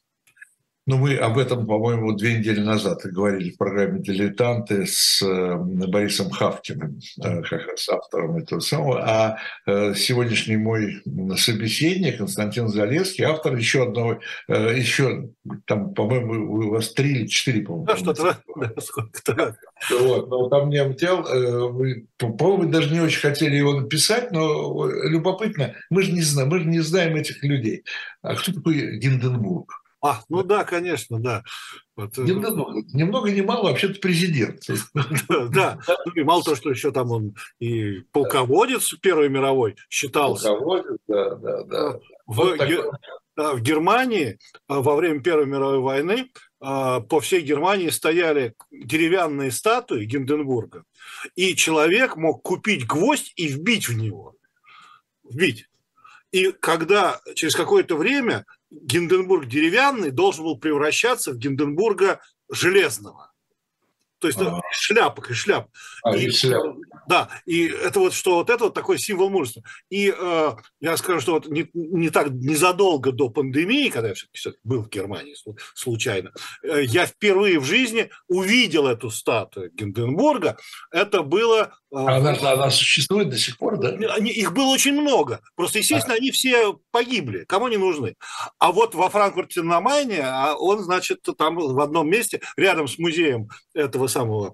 Ну, мы об этом, по-моему, две недели назад говорили в программе «Дилетанты» с Борисом Хавкиным, как раз автором этого самого. А сегодняшний мой собеседник Константин Залесский, автор еще одного, еще, там, по-моему, у вас три или четыре, по-моему. Да, что-то, да, сколько-то. Вот, но там не обтел, вы, по-моему, даже не очень хотели его написать, но любопытно, мы же не знаем, мы же не знаем этих людей. А кто такой Гинденбург? А, ну да, конечно, да. Вот. Ни, ни много ни мало, вообще-то президент. Да, ну и мало того, что еще там он и полководец Первой мировой считался. Полководец, да, да, да. В, в Германии во время Первой мировой войны по всей Германии стояли деревянные статуи Гинденбурга, и человек мог купить гвоздь и вбить в него. Вбить. И когда через какое-то время Гинденбург деревянный должен был превращаться в Гинденбурга железного. То есть ну, из шляпок, из шляп. А, и, из шляп. Да, и это вот что вот это вот такой символ мужества. И э, я скажу, что вот не, не так незадолго до пандемии, когда я все-таки был в Германии случайно, э, я впервые в жизни увидел эту статую Гинденбурга. Это было... Э, она, она существует до сих пор, да? Они, их было очень много. Просто, естественно, а. они все погибли. Кому они нужны? А вот во Франкфурте на Майне, он, значит, там в одном месте, рядом с музеем этого самого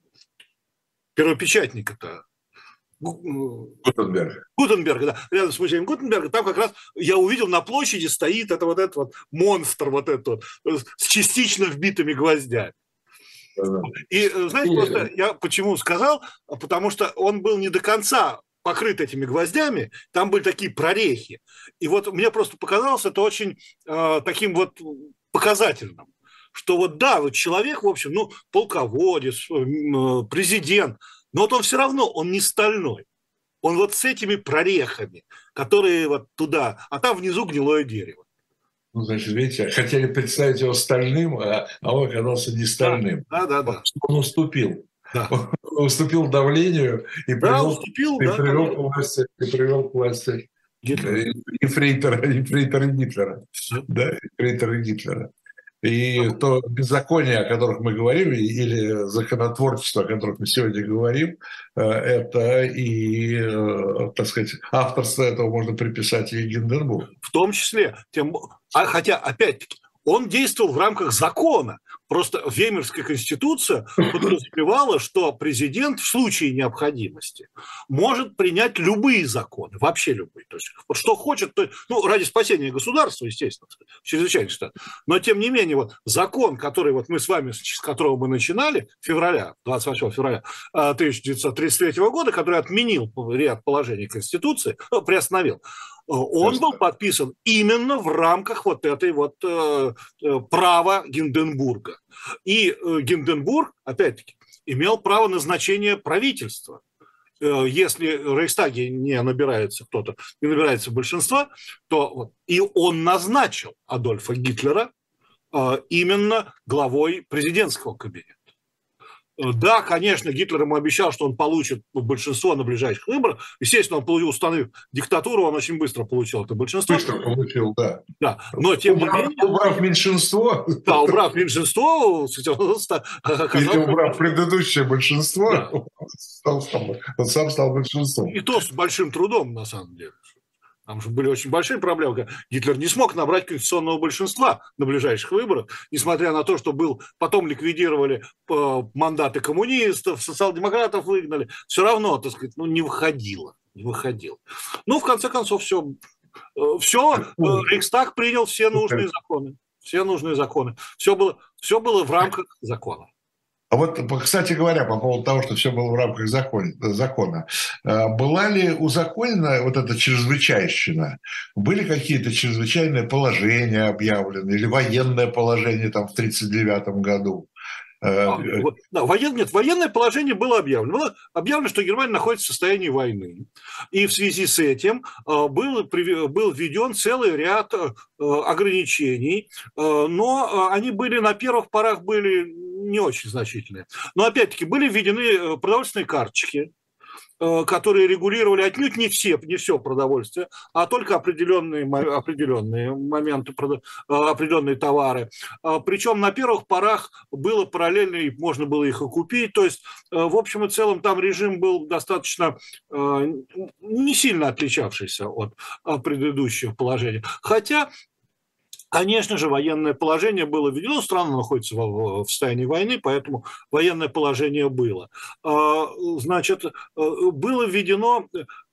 первопечатника-то. Гутенберга. Гутенберга, да. Рядом с музеем Гутенберга, там как раз я увидел на площади стоит это вот этот вот монстр, вот этот вот, с частично вбитыми гвоздями. И, знаете, просто я почему сказал, потому что он был не до конца покрыт этими гвоздями, там были такие прорехи. И вот мне просто показалось это очень э, таким вот показательным, что вот да, вот человек, в общем, ну, полководец, э, президент, но вот он все равно, он не стальной. Он вот с этими прорехами, которые вот туда, а там внизу гнилое дерево. Ну, значит, видите, хотели представить его стальным, а, а он оказался не стальным. Да, да, да. Он уступил. Да. Он уступил давлению и да, привел, уступил, и да, привел к власти, и привел к власти ефрейтора, ефрейтора Гитлера. Да, ефрейтора Гитлера. И то беззаконие, о которых мы говорим, или законотворчество, о которых мы сегодня говорим, это и, так сказать, авторство этого можно приписать и Гинденбургу. В том числе, тем, а, хотя, опять-таки, он действовал в рамках закона. Просто Веймарская конституция подразумевала, что президент в случае необходимости может принять любые законы, вообще любые. То есть, вот что хочет, то, ну, ради спасения государства, естественно, чрезвычайно что. Но, тем не менее, вот закон, который вот мы с вами, с которого мы начинали, февраля, двадцать восьмого февраля тысяча девятьсот тридцать третьего года, который отменил ряд положений Конституции, ну, приостановил, он был подписан именно в рамках вот этой вот э, права Гинденбурга. И э, Гинденбург, опять-таки, имел право назначения правительства. Э, если в Рейхстаге не набирается кто-то, не набирается большинства, то вот, и он назначил Адольфа Гитлера э, именно главой президентского кабинета. Да, конечно, Гитлер ему обещал, что он получит большинство на ближайших выборах. Естественно, он получил, установив диктатуру, он очень быстро получил это большинство. Быстро получил, да. Да, но тем убрав, не менее... Убрав меньшинство... Да, убрав меньшинство... Или убрав предыдущее большинство, да. он, стал, он сам стал большинством. И то с большим трудом, на самом деле. Там же были очень большие проблемы. Гитлер не смог набрать конституционного большинства на ближайших выборах, несмотря на то, что был, потом ликвидировали мандаты коммунистов, социал-демократов выгнали. Все равно, так сказать, ну, не выходило. Не выходило. Ну, в конце концов, все, все Рейхстаг принял все нужные законы. Все нужные законы. Все было, все было в рамках закона. А вот, кстати говоря, по поводу того, что все было в рамках закон, закона, была ли узаконена вот эта чрезвычайщина? Были какие-то чрезвычайные положения объявлены или военное положение там в тридцать девятом году? А, вот, да, воен, нет, военное положение было объявлено. Было объявлено, что Германия находится в состоянии войны. И в связи с этим был, был введен целый ряд ограничений, но они были на первых порах были не очень значительные. Но опять-таки были введены продовольственные карточки, которые регулировали отнюдь не все, не все продовольствие, а только определенные, определенные моменты, определенные товары. Причем на первых порах было параллельно, и можно было их и купить. То есть, в общем и целом, там режим был достаточно не сильно отличавшийся от предыдущих положений. Хотя... Конечно же, военное положение было введено, страна находится в состоянии войны, поэтому военное положение было. Значит, было введено,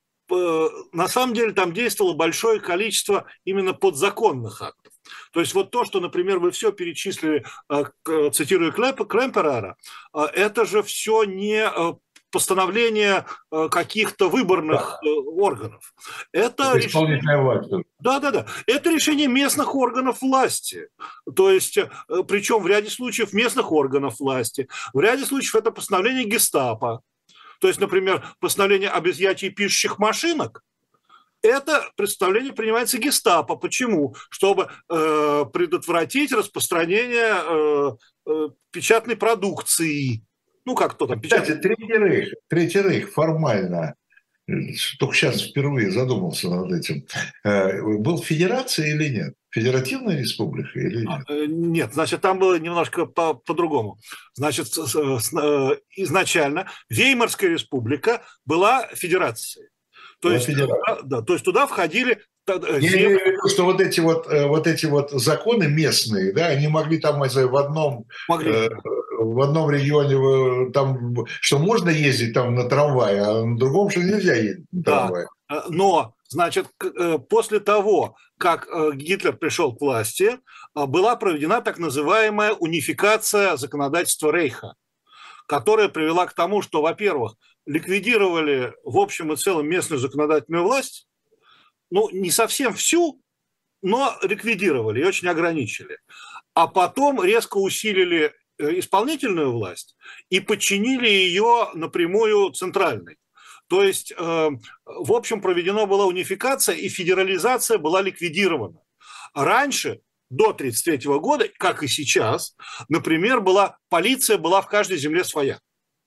на самом деле там действовало большое количество именно подзаконных актов. То есть вот то, что, например, вы все перечислили, цитируя Клемперера, это же все не... постановление каких-то выборных да. органов. Это, это исполнительная власть. Да, да, да. Это решение местных органов власти. То есть, причем в ряде случаев местных органов власти. В ряде случаев это постановление гестапо. То есть, например, постановление об изъятии пишущих машинок. Это представление принимается гестапо. Почему? Чтобы э, предотвратить распространение э, э, печатной продукции. Ну, как кто там печатает. Кстати, Третий Рейх, Третий Рейх формально, только сейчас впервые задумался над этим, был федерацией или нет? Федеративная республика или нет? Нет, значит, там было немножко по- по-другому. Значит, изначально Веймарская республика была федерацией. То есть, туда, да, то есть туда входили... Я имею в виду, что вот эти вот, вот эти вот законы местные, да, они могли там в одном, э, в одном регионе, там, что можно ездить там на трамвае, а на другом, что нельзя ездить на трамвае. Да, но, значит, после того, как Гитлер пришел к власти, была проведена так называемая унификация законодательства Рейха, которая привела к тому, что, во-первых, ликвидировали в общем и целом местную законодательную власть, ну, не совсем всю, но ликвидировали и очень ограничили. А потом резко усилили исполнительную власть и подчинили ее напрямую центральной. То есть, э, в общем, проведена была унификация, и федерализация была ликвидирована. Раньше, до тысяча девятьсот тридцать третьего года, как и сейчас, например, была, полиция была в каждой земле своя.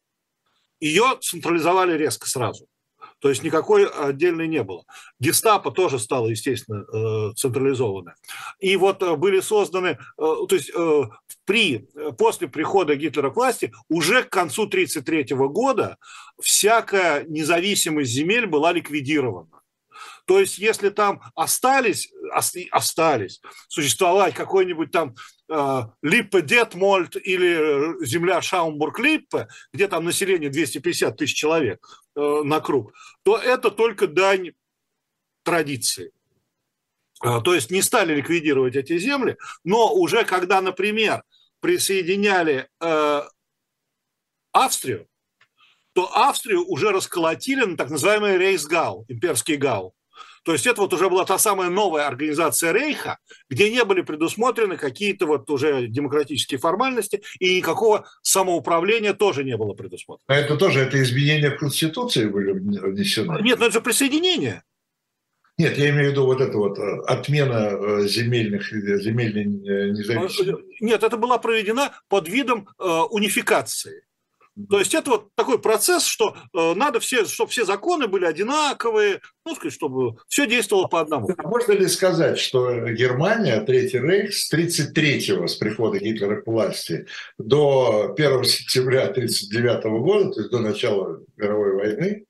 Ее централизовали резко сразу. То есть никакой отдельной не было. Гестапо тоже стало, естественно, централизованное. И вот были созданы, то есть при, после прихода Гитлера к власти уже к концу тысяча девятьсот тридцать третьего года всякая независимость земель была ликвидирована. То есть, если там остались, остались существовать какой-нибудь там э, Липпе-Детмольд или земля Шаумбург-Липпе, где там население двести пятьдесят тысяч человек э, на круг, то это только дань традиции. Э, то есть, не стали ликвидировать эти земли, но уже когда, например, присоединяли э, Австрию, то Австрию уже расколотили на так называемый Рейхсгау, имперский гау. То есть это вот уже была та самая новая организация Рейха, где не были предусмотрены какие-то вот уже демократические формальности, и никакого самоуправления тоже не было предусмотрено. А это тоже, это изменения в Конституции были внесены? Нет, но это же присоединение. Нет, я имею в виду вот это вот отмена земельных, земельной независимости. Нет, это была проведена под видом э, унификации. То есть это вот такой процесс, что э, надо все, чтобы все законы были одинаковые, ну, сказать, чтобы все действовало по одному. Можно ли сказать, что Германия, Третий Рейх, с тридцать третьего, с прихода Гитлера к власти, до первого сентября тысяча девятьсот тридцать девятого года, то есть до начала мировой войны,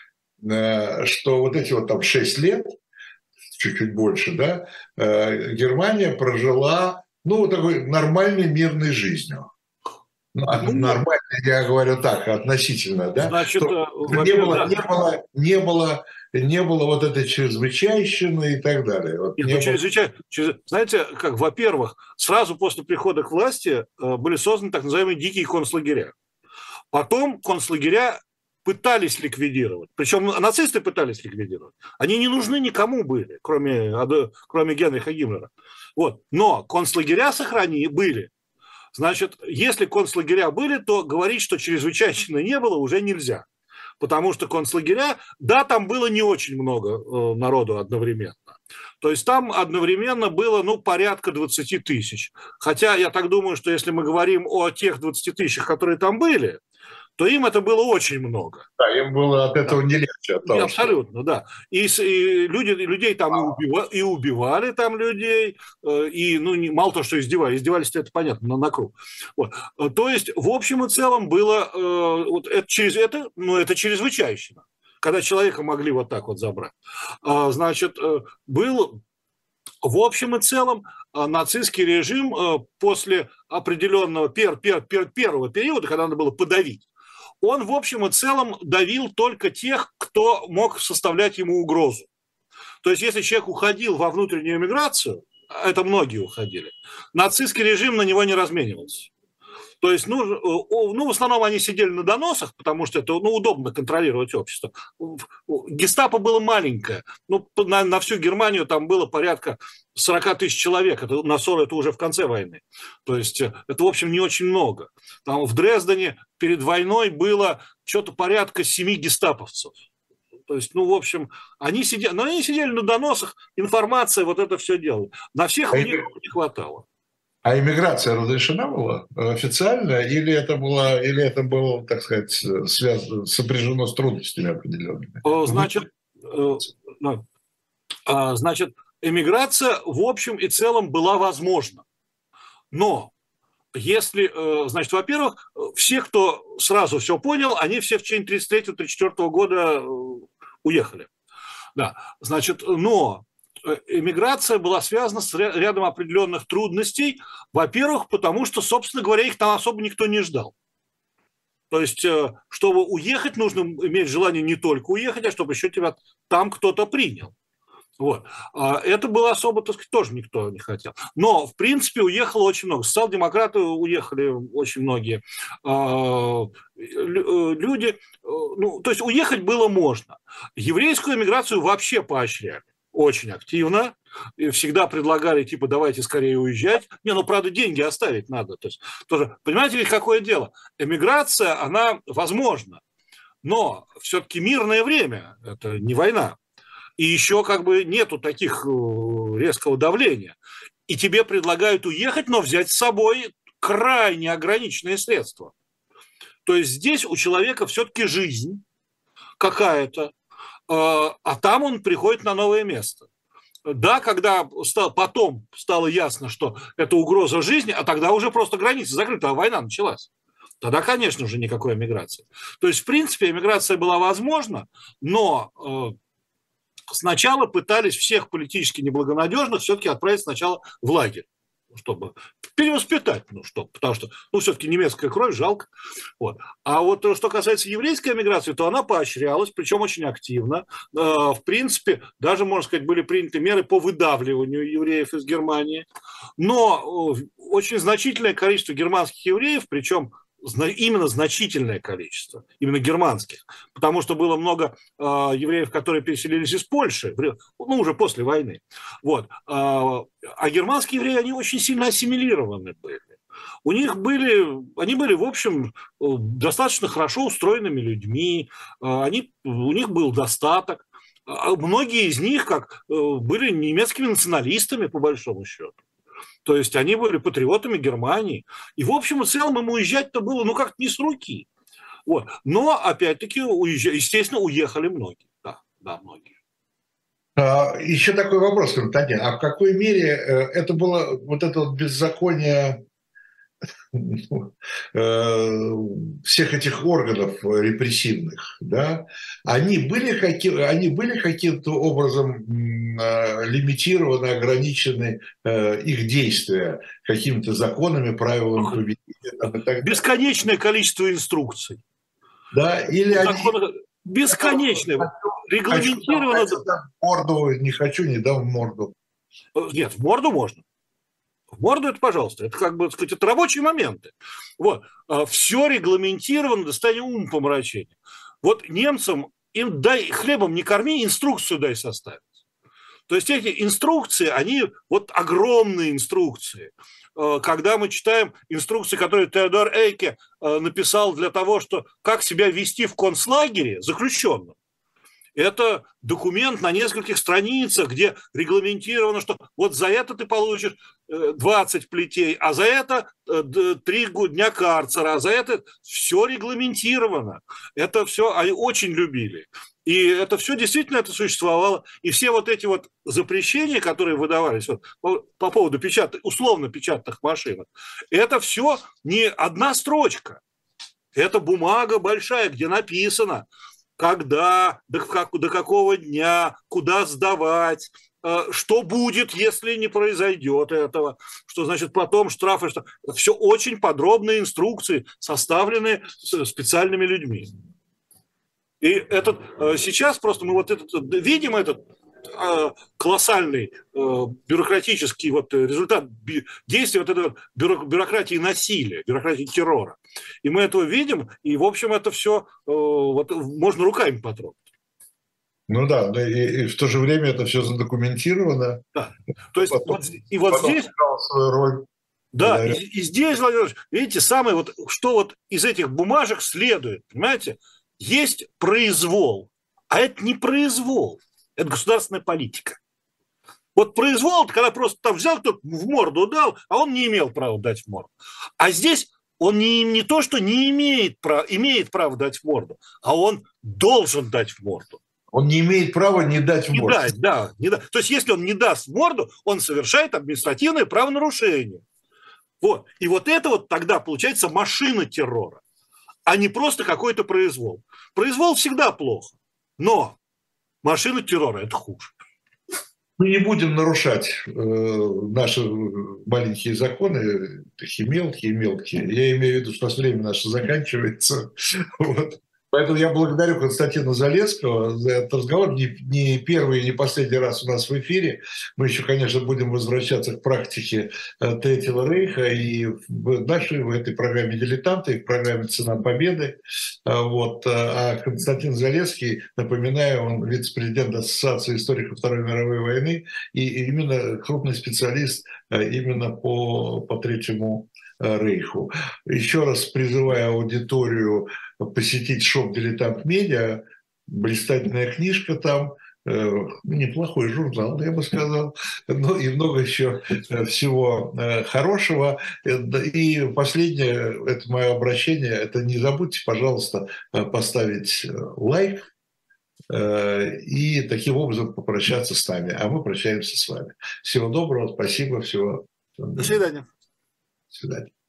э, что вот эти вот там шесть лет, чуть-чуть больше, да, э, Германия прожила, ну, такой нормальной мирной жизнью. Ну, нормально, я говорю так, относительно, да. Значит, не, было, не, было, не, было, не было вот этой чрезвычайщины и так далее. Вот Нет, не ну, было... чрезвычай... Знаете, как, во-первых, сразу после прихода к власти были созданы так называемые дикие концлагеря. Потом концлагеря пытались ликвидировать. Причем нацисты пытались ликвидировать. Они не нужны никому были, кроме, кроме Генриха Гиммлера. Вот. Но концлагеря сохранили, были. Значит, если концлагеря были, то говорить, что чрезвычайщины не было, уже нельзя. Потому что концлагеря, да, там было не очень много э, народу одновременно. То есть там одновременно было, ну, порядка двадцати тысяч. Хотя я так думаю, что если мы говорим о тех двадцати тысячах, которые там были, то им это было очень много. Да, им было от этого да. не легче. От того, абсолютно, что... да. И, и люди, людей там и убивали, и убивали там людей, и, ну, не, мало того, что издевались, издевались, это понятно, на, на круг. Вот. То есть, в общем и целом, было, вот это, через это, ну, это чрезвычайщина, когда человека могли вот так вот забрать. Значит, был... В общем и целом, нацистский режим после определенного пер, пер, пер, первого периода, когда надо было подавить, он в общем и целом давил только тех, кто мог составлять ему угрозу. То есть если человек уходил во внутреннюю эмиграцию, это многие уходили, нацистский режим на него не разменивался. То есть, ну, ну, в основном они сидели на доносах, потому что это, ну, удобно контролировать общество. Гестапо было маленькое. Ну, на, на всю Германию там было порядка сорок тысяч человек. Это, на сорок это уже в конце войны. То есть это, в общем, не очень много. Там в Дрездене перед войной было что-то порядка семи гестаповцев. То есть, ну, в общем, они сидели, но они сидели на доносах, информация, вот это все делали. На всех у них не хватало. А иммиграция разрешена была официально, или это было, или это было, так сказать, связано, сопряжено с трудностями определенными? Значит, значит, эмиграция в общем и целом была возможна. Но если, значит, во-первых, все, кто сразу все понял, они все в течение тридцать третьего — тридцать четвёртого года уехали. Да, значит, но... Эмиграция была связана с рядом определенных трудностей. Во-первых, потому что, собственно говоря, их там особо никто не ждал. То есть, чтобы уехать, нужно иметь желание не только уехать, а чтобы еще тебя там кто-то принял. Вот. Это было особо, так сказать, тоже никто не хотел. Но, в принципе, уехало очень много. Социал-демократы уехали очень многие люди. Ну, то есть уехать было можно. Еврейскую эмиграцию вообще поощряли очень активно. И всегда предлагали, типа, давайте скорее уезжать. Не, ну, правда, деньги оставить надо. То есть, тоже, понимаете, ведь какое дело? Эмиграция, она возможна. Но все-таки мирное время, это не война. И еще как бы нету таких резкого давления. И тебе предлагают уехать, но взять с собой крайне ограниченные средства. То есть здесь у человека все-таки жизнь какая-то, а там он приходит на новое место. Да, когда стал, потом стало ясно, что это угроза жизни, а тогда уже просто граница закрыта, а война началась. Тогда, конечно, уже никакой эмиграции. То есть, в принципе, эмиграция была возможна, но сначала пытались всех политически неблагонадежных все-таки отправить сначала в лагерь, чтобы перевоспитать, ну что, потому что, ну, все-таки немецкая кровь, жалко. Вот. А вот что касается еврейской эмиграции, то она поощрялась, причем очень активно. В принципе, даже, можно сказать, были приняты меры по выдавливанию евреев из Германии. Но очень значительное количество германских евреев, причем именно значительное количество, именно германских, потому что было много э, евреев, которые переселились из Польши, ну, уже после войны. Вот. А, а германские евреи, они очень сильно ассимилированы были. У них были, они были, в общем, достаточно хорошо устроенными людьми, они, у них был достаток. А многие из них как, были немецкими националистами, по большому счету. То есть они были патриотами Германии. И, в общем и целом, им уезжать-то было, ну, как-то не с руки. Вот. Но, опять-таки, уезжали, естественно, уехали многие. Да, да, многие. А, еще такой вопрос, Константин. А в какой мере это было вот это вот беззаконие всех этих органов репрессивных, да, они были, каким, они были каким-то образом лимитированы, ограничены их действия какими-то законами, правилами поведения? Бесконечное количество инструкций. Да, или они... Бесконечное. Регламентировано. Хочу, дам морду, не хочу, не дам морду. Нет, в морду можно. В морду это, пожалуйста, это как бы, так сказать, это рабочие моменты. Вот. Все регламентировано до состояния умопомрачения. Вот немцам им дай хлебом не корми, инструкцию дай составить. То есть эти инструкции, они вот огромные инструкции. Когда мы читаем инструкции, которые Теодор Эйке написал для того, что как себя вести в концлагере заключенным, это документ на нескольких страницах, где регламентировано, что вот за это ты получишь двадцать плетей, а за это три дня карцера, а за это все регламентировано. Это все они очень любили. И это все действительно это существовало. И все вот эти вот запрещения, которые выдавались вот, по, по поводу печат, условно печатных машинок, это все не одна строчка. Это бумага большая, где написано, когда, до, как, до какого дня, куда сдавать, э, что будет, если не произойдет этого, что значит потом штрафы. Что... Все очень подробные инструкции, составленные специальными людьми. И этот, э, сейчас просто мы вот этот, видим этот э, колоссальный э, бюрократический вот результат действия вот этой вот бюро, бюрократии насилия, бюрократии террора. И мы этого видим, и, в общем, это все э, вот, можно руками потрогать. Ну да, и, и в то же время это все задокументировано. Да. То есть, потом, вот, и вот здесь... Свою роль. Да, и, и здесь, Владимир, видите, самое вот, что вот из этих бумажек следует, понимаете? Есть произвол, а это не произвол, это государственная политика. Вот произвол, это когда просто там взял, кто-то в морду дал, а он не имел права дать в морду. А здесь он не, не то, что не имеет права, имеет право дать в морду, а он должен дать в морду. Он не имеет права не дать в не морду. Дать, да, не дать. То есть если он не даст в морду, он совершает административное правонарушение. Вот. И вот это вот тогда получается машина террора, а не просто какой-то произвол. Произвол всегда плохо, но машина террора – это хуже. Мы не будем нарушать э, наши маленькие законы, такие мелкие, мелкие. Я имею в виду, что время наше заканчивается. Вот. Поэтому я благодарю Константина Залесского за этот разговор. Не, не первый и не последний раз у нас в эфире. Мы еще, конечно, будем возвращаться к практике Третьего Рейха и в нашей, в этой программе «Дилетанты», и в программе «Цена победы». Вот. А Константин Залесский, напоминаю, он вице-президент Ассоциации историков Второй мировой войны и именно крупный специалист именно по, по Третьему Рейху. Еще раз призываю аудиторию посетить шоп «Дилетант Медиа». Блистательная книжка там, э, неплохой журнал, я бы сказал, ну и много еще всего э, хорошего. И последнее, это мое обращение, это не забудьте, пожалуйста, поставить лайк э, и таким образом попрощаться с нами. А мы прощаемся с вами. Всего доброго, спасибо, всего. До свидания. До свидания.